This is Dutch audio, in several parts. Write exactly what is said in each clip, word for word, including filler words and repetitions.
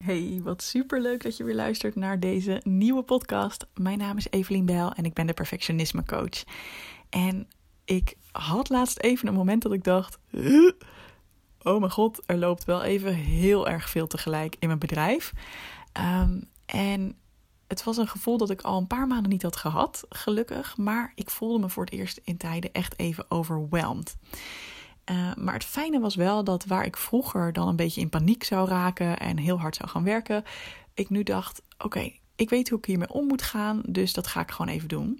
Hey, wat superleuk dat je weer luistert naar deze nieuwe podcast. Mijn naam is Evelien Bijl en ik ben de perfectionisme coach. En ik had laatst even een moment dat ik dacht, oh mijn god, er loopt wel even heel erg veel tegelijk in mijn bedrijf. Um, en het was een gevoel dat ik al een paar maanden niet had gehad, gelukkig. Maar ik voelde me voor het eerst in tijden echt even overwhelmed. Uh, maar het fijne was wel dat waar ik vroeger dan een beetje in paniek zou raken en heel hard zou gaan werken, ik nu dacht, oké, okay, ik weet hoe ik hiermee om moet gaan, dus dat ga ik gewoon even doen.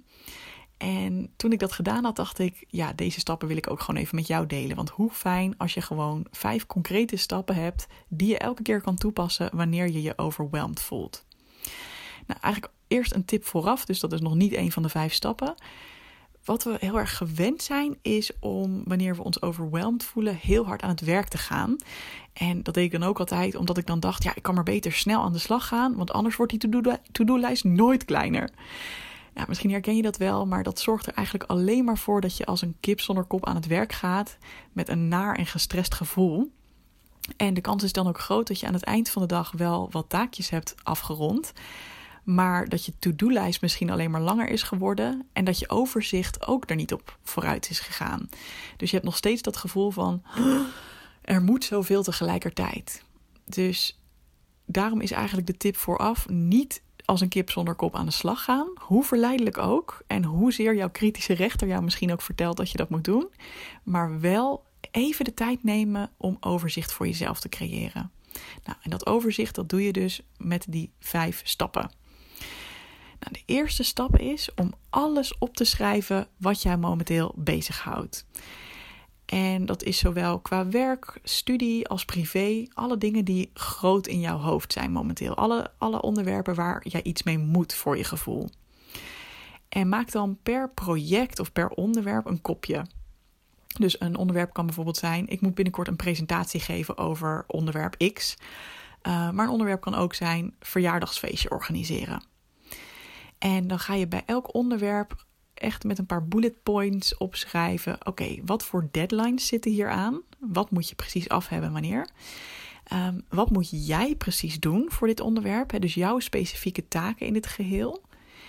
En toen ik dat gedaan had, dacht ik, ja, deze stappen wil ik ook gewoon even met jou delen. Want hoe fijn als je gewoon vijf concrete stappen hebt die je elke keer kan toepassen wanneer je je overwhelmed voelt. Nou, eigenlijk eerst een tip vooraf, dus dat is nog niet een van de vijf stappen. Wat we heel erg gewend zijn is om, wanneer we ons overwhelmed voelen, heel hard aan het werk te gaan. En dat deed ik dan ook altijd, omdat ik dan dacht, ja, ik kan maar beter snel aan de slag gaan, want anders wordt die to-do- to-do-lijst nooit kleiner. Ja, misschien herken je dat wel, maar dat zorgt er eigenlijk alleen maar voor dat je als een kip zonder kop aan het werk gaat met een naar en gestrest gevoel. En de kans is dan ook groot dat je aan het eind van de dag wel wat taakjes hebt afgerond, maar dat je to-do-lijst misschien alleen maar langer is geworden en dat je overzicht ook er niet op vooruit is gegaan. Dus je hebt nog steeds dat gevoel van, er moet zoveel tegelijkertijd. Dus daarom is eigenlijk de tip vooraf niet als een kip zonder kop aan de slag gaan, hoe verleidelijk ook en hoezeer jouw kritische rechter jou misschien ook vertelt dat je dat moet doen, maar wel even de tijd nemen om overzicht voor jezelf te creëren. Nou, en dat overzicht, dat doe je dus met die vijf stappen. Nou, de eerste stap is om alles op te schrijven wat jij momenteel bezighoudt. En dat is zowel qua werk, studie als privé, alle dingen die groot in jouw hoofd zijn momenteel. Alle, alle onderwerpen waar jij iets mee moet voor je gevoel. En maak dan per project of per onderwerp een kopje. Dus een onderwerp kan bijvoorbeeld zijn, ik moet binnenkort een presentatie geven over onderwerp X. Uh, maar een onderwerp kan ook zijn verjaardagsfeestje organiseren. En dan ga je bij elk onderwerp echt met een paar bullet points opschrijven. Oké, okay, wat voor deadlines zitten hier aan? Wat moet je precies af hebben wanneer? Um, wat moet jij precies doen voor dit onderwerp? Hè? Dus jouw specifieke taken in dit geheel.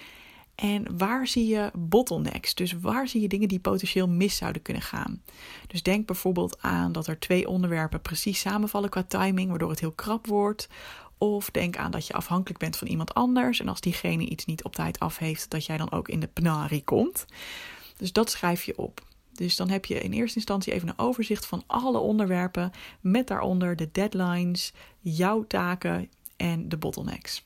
En waar zie je bottlenecks? Dus waar zie je dingen die potentieel mis zouden kunnen gaan? Dus denk bijvoorbeeld aan dat er twee onderwerpen precies samenvallen qua timing, waardoor het heel krap wordt. Of denk aan dat je afhankelijk bent van iemand anders. En als diegene iets niet op tijd af heeft, dat jij dan ook in de penarie komt. Dus dat schrijf je op. Dus dan heb je in eerste instantie even een overzicht van alle onderwerpen. Met daaronder de deadlines, jouw taken en de bottlenecks.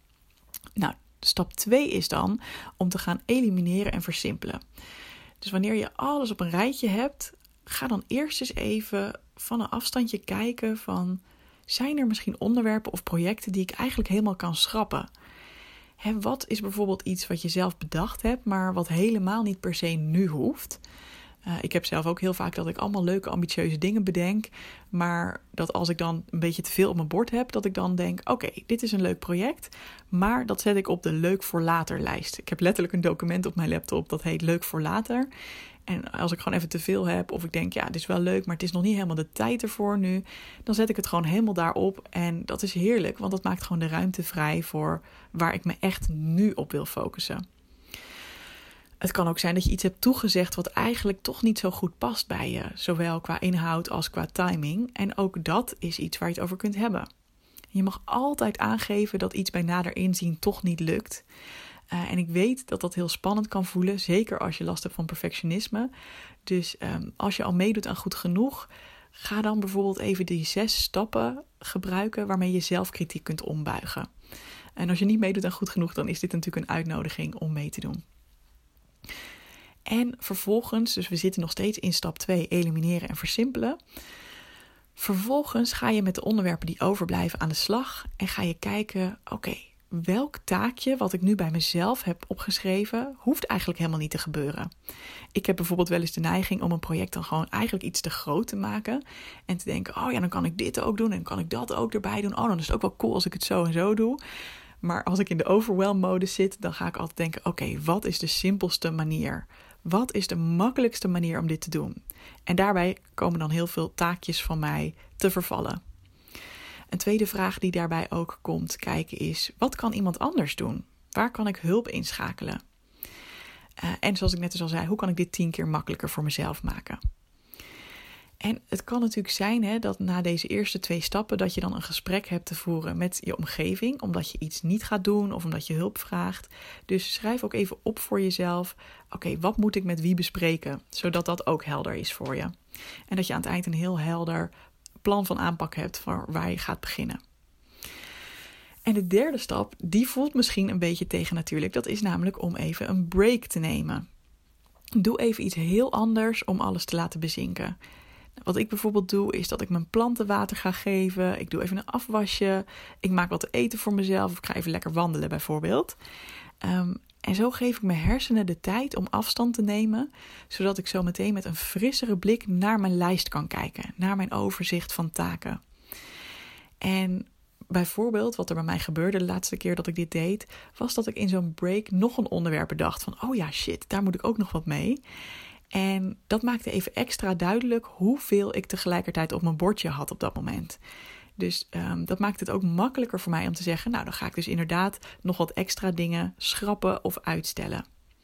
Nou, stap twee is dan om te gaan elimineren en versimpelen. Dus wanneer je alles op een rijtje hebt, ga dan eerst eens even van een afstandje kijken van, zijn er misschien onderwerpen of projecten die ik eigenlijk helemaal kan schrappen? Hè, wat is bijvoorbeeld iets wat je zelf bedacht hebt, maar wat helemaal niet per se nu hoeft? Uh, ik heb zelf ook heel vaak dat ik allemaal leuke, ambitieuze dingen bedenk, maar dat als ik dan een beetje te veel op mijn bord heb, dat ik dan denk, oké, okay, dit is een leuk project, maar dat zet ik op de leuk voor later lijst. Ik heb letterlijk een document op mijn laptop dat heet leuk voor later. En als ik gewoon even te veel heb of ik denk, ja, dit is wel leuk, maar het is nog niet helemaal de tijd ervoor nu, dan zet ik het gewoon helemaal daarop. En dat is heerlijk, want dat maakt gewoon de ruimte vrij voor waar ik me echt nu op wil focussen. Het kan ook zijn dat je iets hebt toegezegd wat eigenlijk toch niet zo goed past bij je, zowel qua inhoud als qua timing. En ook dat is iets waar je het over kunt hebben. Je mag altijd aangeven dat iets bij nader inzien toch niet lukt. Uh, en ik weet dat dat heel spannend kan voelen, zeker als je last hebt van perfectionisme. Dus um, als je al meedoet aan goed genoeg, ga dan bijvoorbeeld even die zes stappen gebruiken waarmee je zelf kritiek kunt ombuigen. En als je niet meedoet aan goed genoeg, dan is dit natuurlijk een uitnodiging om mee te doen. En vervolgens, dus we zitten nog steeds in stap twee, elimineren en versimpelen. Vervolgens ga je met de onderwerpen die overblijven aan de slag en ga je kijken, oké, okay, welk taakje wat ik nu bij mezelf heb opgeschreven, hoeft eigenlijk helemaal niet te gebeuren. Ik heb bijvoorbeeld wel eens de neiging om een project dan gewoon eigenlijk iets te groot te maken. En te denken, oh ja, dan kan ik dit ook doen en dan kan ik dat ook erbij doen. Oh, dan is het ook wel cool als ik het zo en zo doe. Maar als ik in de overwhelm-modus zit, dan ga ik altijd denken, oké, okay, wat is de simpelste manier? Wat is de makkelijkste manier om dit te doen? En daarbij komen dan heel veel taakjes van mij te vervallen. Een tweede vraag die daarbij ook komt kijken is: wat kan iemand anders doen? Waar kan ik hulp inschakelen? Uh, en zoals ik net dus al zei, hoe kan ik dit tien keer makkelijker voor mezelf maken? En het kan natuurlijk zijn hè, dat na deze eerste twee stappen dat je dan een gesprek hebt te voeren met je omgeving, omdat je iets niet gaat doen of omdat je hulp vraagt. Dus schrijf ook even op voor jezelf, oké, okay, wat moet ik met wie bespreken? Zodat dat ook helder is voor je. En dat je aan het eind een heel helder plan van aanpak hebt voor waar je gaat beginnen. En de derde stap, die voelt misschien een beetje tegennatuurlijk. Dat is namelijk om even een break te nemen. Doe even iets heel anders om alles te laten bezinken. Wat ik bijvoorbeeld doe, is dat ik mijn planten water ga geven. Ik doe even een afwasje. Ik maak wat te eten voor mezelf. Of ik ga even lekker wandelen bijvoorbeeld. Um, en zo geef ik mijn hersenen de tijd om afstand te nemen. Zodat ik zo meteen met een frissere blik naar mijn lijst kan kijken. Naar mijn overzicht van taken. En bijvoorbeeld, wat er bij mij gebeurde de laatste keer dat ik dit deed, was dat ik in zo'n break nog een onderwerp bedacht van, oh ja, shit, daar moet ik ook nog wat mee. En dat maakte even extra duidelijk hoeveel ik tegelijkertijd op mijn bordje had op dat moment. Dus um, dat maakt het ook makkelijker voor mij om te zeggen, nou, dan ga ik dus inderdaad nog wat extra dingen schrappen of uitstellen.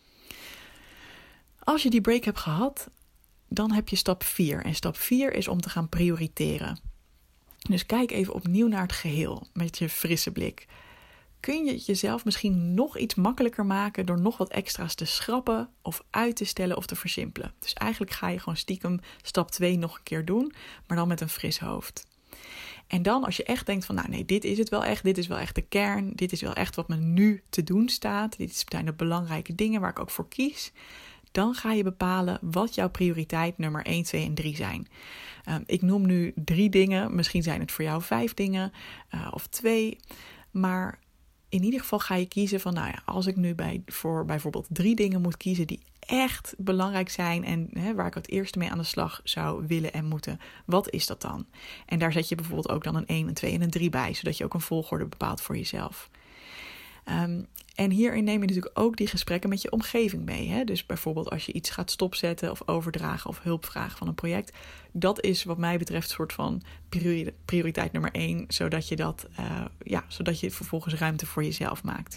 Als je die break hebt gehad, dan heb je stap vier. En stap vier is om te gaan prioriteren. Dus kijk even opnieuw naar het geheel met je frisse blik. Kun je het jezelf misschien nog iets makkelijker maken door nog wat extra's te schrappen of uit te stellen of te versimpelen. Dus eigenlijk ga je gewoon stiekem stap twee nog een keer doen, maar dan met een fris hoofd. En dan als je echt denkt van, nou nee, dit is het wel echt, dit is wel echt de kern, dit is wel echt wat me nu te doen staat, dit zijn de belangrijke dingen waar ik ook voor kies, dan ga je bepalen wat jouw prioriteit nummer één, twee en drie zijn. Um, ik noem nu drie dingen, misschien zijn het voor jou vijf dingen uh, of twee, maar in ieder geval ga je kiezen van, nou ja, als ik nu bij, voor bijvoorbeeld drie dingen moet kiezen die echt belangrijk zijn en hè, waar ik het eerste mee aan de slag zou willen en moeten, wat is dat dan? En daar zet je bijvoorbeeld ook dan een één, een twee en een drie bij, zodat je ook een volgorde bepaalt voor jezelf. Um, en hierin neem je natuurlijk ook die gesprekken met je omgeving mee. Hè? Dus bijvoorbeeld als je iets gaat stopzetten of overdragen of hulp vragen van een project. Dat is wat mij betreft een soort van prioriteit nummer één. Zodat je, dat, uh, ja, zodat je vervolgens ruimte voor jezelf maakt.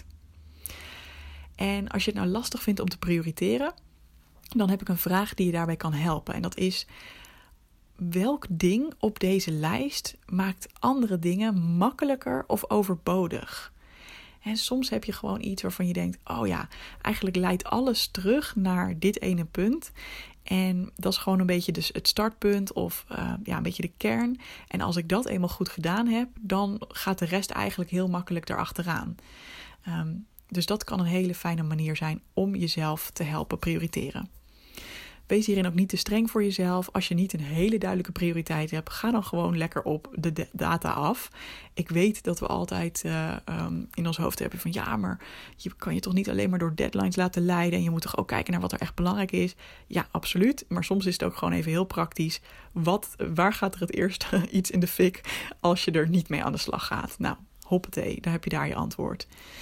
En als je het nou lastig vindt om te prioriteren, dan heb ik een vraag die je daarbij kan helpen. En dat is, welk ding op deze lijst maakt andere dingen makkelijker of overbodig? En soms heb je gewoon iets waarvan je denkt, oh ja, eigenlijk leidt alles terug naar dit ene punt. En dat is gewoon een beetje dus het startpunt of uh, ja, een beetje de kern. En als ik dat eenmaal goed gedaan heb, dan gaat de rest eigenlijk heel makkelijk daarachteraan. Um, dus dat kan een hele fijne manier zijn om jezelf te helpen prioriteren. Wees hierin ook niet te streng voor jezelf. Als je niet een hele duidelijke prioriteit hebt, ga dan gewoon lekker op de de- data af. Ik weet dat we altijd uh, um, in ons hoofd hebben van ja, maar je kan je toch niet alleen maar door deadlines laten leiden en je moet toch ook kijken naar wat er echt belangrijk is. Ja, absoluut. Maar soms is het ook gewoon even heel praktisch. Wat, waar gaat er het eerst iets in de fik als je er niet mee aan de slag gaat? Nou, hoppatee, dan heb je daar je antwoord.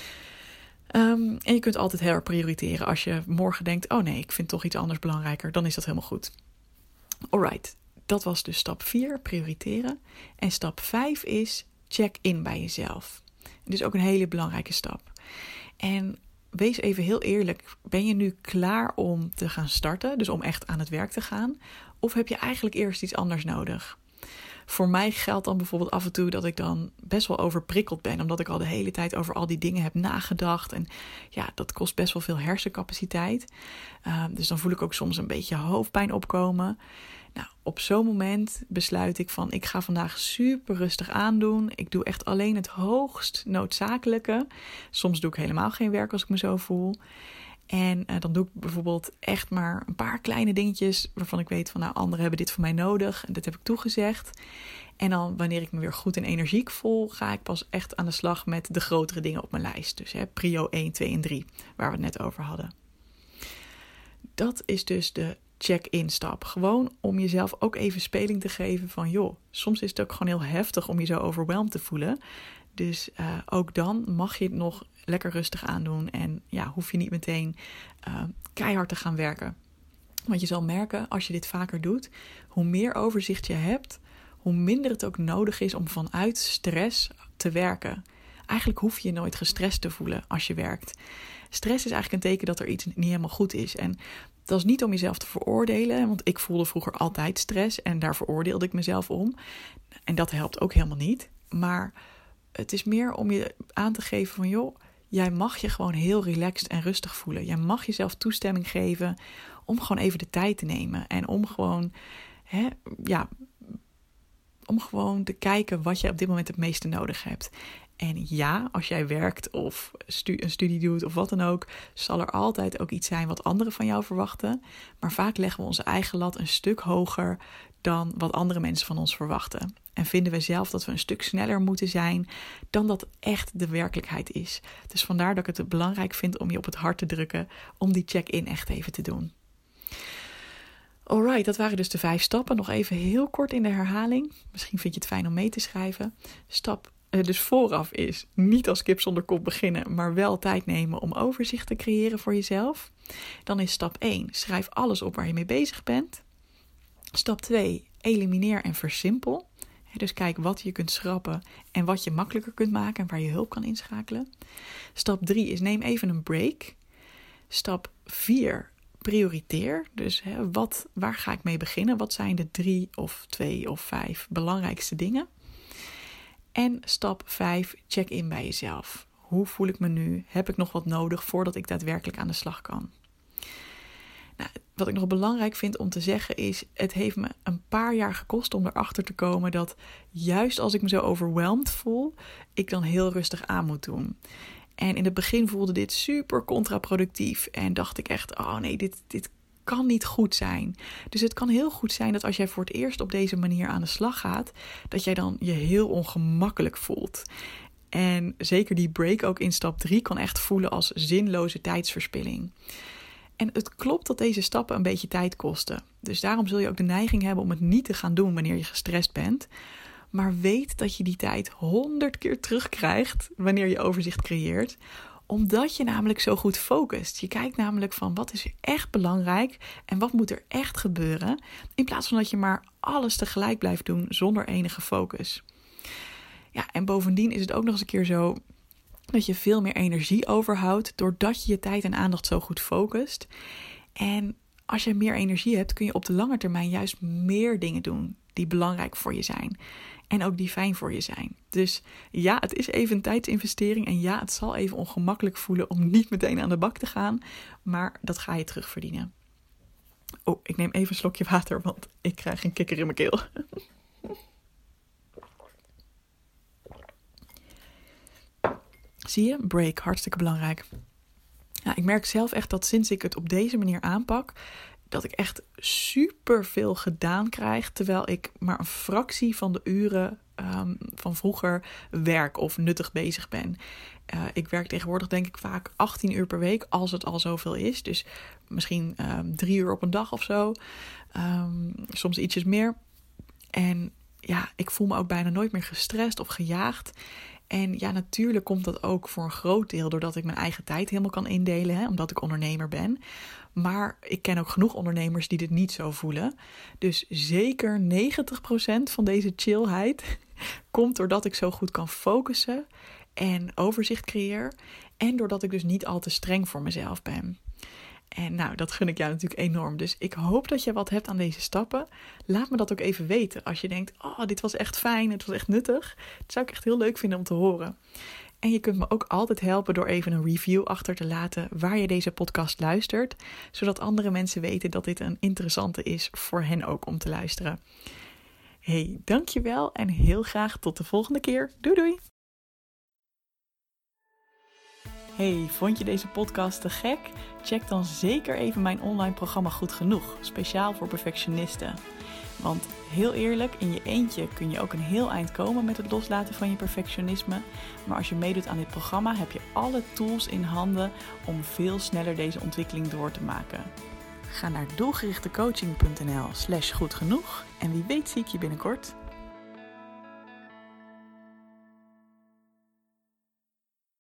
Um, en je kunt altijd heel erg prioriteren. Als je morgen denkt, oh nee, ik vind toch iets anders belangrijker, dan is dat helemaal goed. Alright, dat was dus stap vier, prioriteren. En stap vijf is, check in bij jezelf. Dus ook een hele belangrijke stap. En wees even heel eerlijk, ben je nu klaar om te gaan starten? Dus om echt aan het werk te gaan? Of heb je eigenlijk eerst iets anders nodig? Voor mij geldt dan bijvoorbeeld af en toe dat ik dan best wel overprikkeld ben. Omdat ik al de hele tijd over al die dingen heb nagedacht. En ja, dat kost best wel veel hersencapaciteit. Uh, dus dan voel ik ook soms een beetje hoofdpijn opkomen. Nou, op zo'n moment besluit ik van, ik ga vandaag super rustig aandoen. Ik doe echt alleen het hoogst noodzakelijke. Soms doe ik helemaal geen werk als ik me zo voel. En uh, dan doe ik bijvoorbeeld echt maar een paar kleine dingetjes waarvan ik weet van, nou, anderen hebben dit van mij nodig. En dat heb ik toegezegd. En dan wanneer ik me weer goed en energiek voel, ga ik pas echt aan de slag met de grotere dingen op mijn lijst. Dus hè, prio één, twee en drie, waar we het net over hadden. Dat is dus de check-in stap. Gewoon om jezelf ook even speling te geven van, joh, soms is het ook gewoon heel heftig om je zo overweldigd te voelen. Dus uh, ook dan mag je het nog lekker rustig aandoen. En ja, hoef je niet meteen uh, keihard te gaan werken. Want je zal merken, als je dit vaker doet, hoe meer overzicht je hebt, hoe minder het ook nodig is om vanuit stress te werken. Eigenlijk hoef je je nooit gestrest te voelen als je werkt. Stress is eigenlijk een teken dat er iets niet helemaal goed is. En dat is niet om jezelf te veroordelen, want ik voelde vroeger altijd stress en daar veroordeelde ik mezelf om. En dat helpt ook helemaal niet. Maar het is meer om je aan te geven van joh, jij mag je gewoon heel relaxed en rustig voelen. Jij mag jezelf toestemming geven om gewoon even de tijd te nemen. En om gewoon, hè, ja, om gewoon te kijken wat je op dit moment het meeste nodig hebt. En ja, als jij werkt of stu- een studie doet of wat dan ook, zal er altijd ook iets zijn wat anderen van jou verwachten. Maar vaak leggen we onze eigen lat een stuk hoger dan wat andere mensen van ons verwachten. En vinden we zelf dat we een stuk sneller moeten zijn dan dat echt de werkelijkheid is. Dus vandaar dat ik het belangrijk vind om je op het hart te drukken om die check-in echt even te doen. Alright, dat waren dus de vijf stappen. Nog even heel kort in de herhaling. Misschien vind je het fijn om mee te schrijven. Stap uh, dus vooraf is niet als kip zonder kop beginnen, maar wel tijd nemen om overzicht te creëren voor jezelf. Dan is stap één, schrijf alles op waar je mee bezig bent. Stap twee, elimineer en versimpel. Dus kijk wat je kunt schrappen en wat je makkelijker kunt maken en waar je hulp kan inschakelen. Stap drie is neem even een break. Stap vier, prioriteer. Dus hè, wat, waar ga ik mee beginnen? Wat zijn de drie of twee of vijf belangrijkste dingen? En stap vijf, check in bij jezelf. Hoe voel ik me nu? Heb ik nog wat nodig voordat ik daadwerkelijk aan de slag kan? Nou, wat ik nog belangrijk vind om te zeggen is, het heeft me een paar jaar gekost om erachter te komen dat juist als ik me zo overweldigd voel, ik dan heel rustig aan moet doen. En in het begin voelde dit super contraproductief en dacht ik echt, oh nee, dit, dit kan niet goed zijn. Dus het kan heel goed zijn dat als jij voor het eerst op deze manier aan de slag gaat, dat jij dan je heel ongemakkelijk voelt. En zeker die break ook in stap drie kan echt voelen als zinloze tijdsverspilling. En het klopt dat deze stappen een beetje tijd kosten. Dus daarom zul je ook de neiging hebben om het niet te gaan doen wanneer je gestrest bent. Maar weet dat je die tijd honderd keer terugkrijgt wanneer je overzicht creëert. Omdat je namelijk zo goed focust. Je kijkt namelijk van wat is echt belangrijk en wat moet er echt gebeuren. In plaats van dat je maar alles tegelijk blijft doen zonder enige focus. Ja, en bovendien is het ook nog eens een keer zo dat je veel meer energie overhoudt doordat je je tijd en aandacht zo goed focust. En als je meer energie hebt, kun je op de lange termijn juist meer dingen doen die belangrijk voor je zijn. En ook die fijn voor je zijn. Dus ja, het is even een tijdsinvestering. En ja, het zal even ongemakkelijk voelen om niet meteen aan de bak te gaan. Maar dat ga je terugverdienen. Oh, ik neem even een slokje water, want ik krijg een kikker in mijn keel. Zie je? Break, hartstikke belangrijk. Nou, ik merk zelf echt dat sinds ik het op deze manier aanpak, dat ik echt super veel gedaan krijg, terwijl ik maar een fractie van de uren um, van vroeger werk of nuttig bezig ben. Uh, ik werk tegenwoordig denk ik vaak achttien uur per week, als het al zoveel is. Dus misschien um, drie uur op een dag of zo. Um, soms ietsjes meer. En ja, ik voel me ook bijna nooit meer gestrest of gejaagd. En ja, natuurlijk komt dat ook voor een groot deel doordat ik mijn eigen tijd helemaal kan indelen, hè, omdat ik ondernemer ben. Maar ik ken ook genoeg ondernemers die dit niet zo voelen. Dus zeker negentig procent van deze chillheid komt doordat ik zo goed kan focussen en overzicht creëer. En doordat ik dus niet al te streng voor mezelf ben. En nou, dat gun ik jou natuurlijk enorm. Dus ik hoop dat je wat hebt aan deze stappen. Laat me dat ook even weten. Als je denkt, oh, dit was echt fijn, het was echt nuttig. Dat zou ik echt heel leuk vinden om te horen. En je kunt me ook altijd helpen door even een review achter te laten waar je deze podcast luistert. Zodat andere mensen weten dat dit een interessante is voor hen ook om te luisteren. Hey, dankjewel en heel graag tot de volgende keer. Doei doei! Hey, vond je deze podcast te gek? Check dan zeker even mijn online programma Goed Genoeg, speciaal voor perfectionisten. Want heel eerlijk, in je eentje kun je ook een heel eind komen met het loslaten van je perfectionisme. Maar als je meedoet aan dit programma heb je alle tools in handen om veel sneller deze ontwikkeling door te maken. Ga naar doelgerichtecoaching punt n l slash goed genoeg en wie weet zie ik je binnenkort.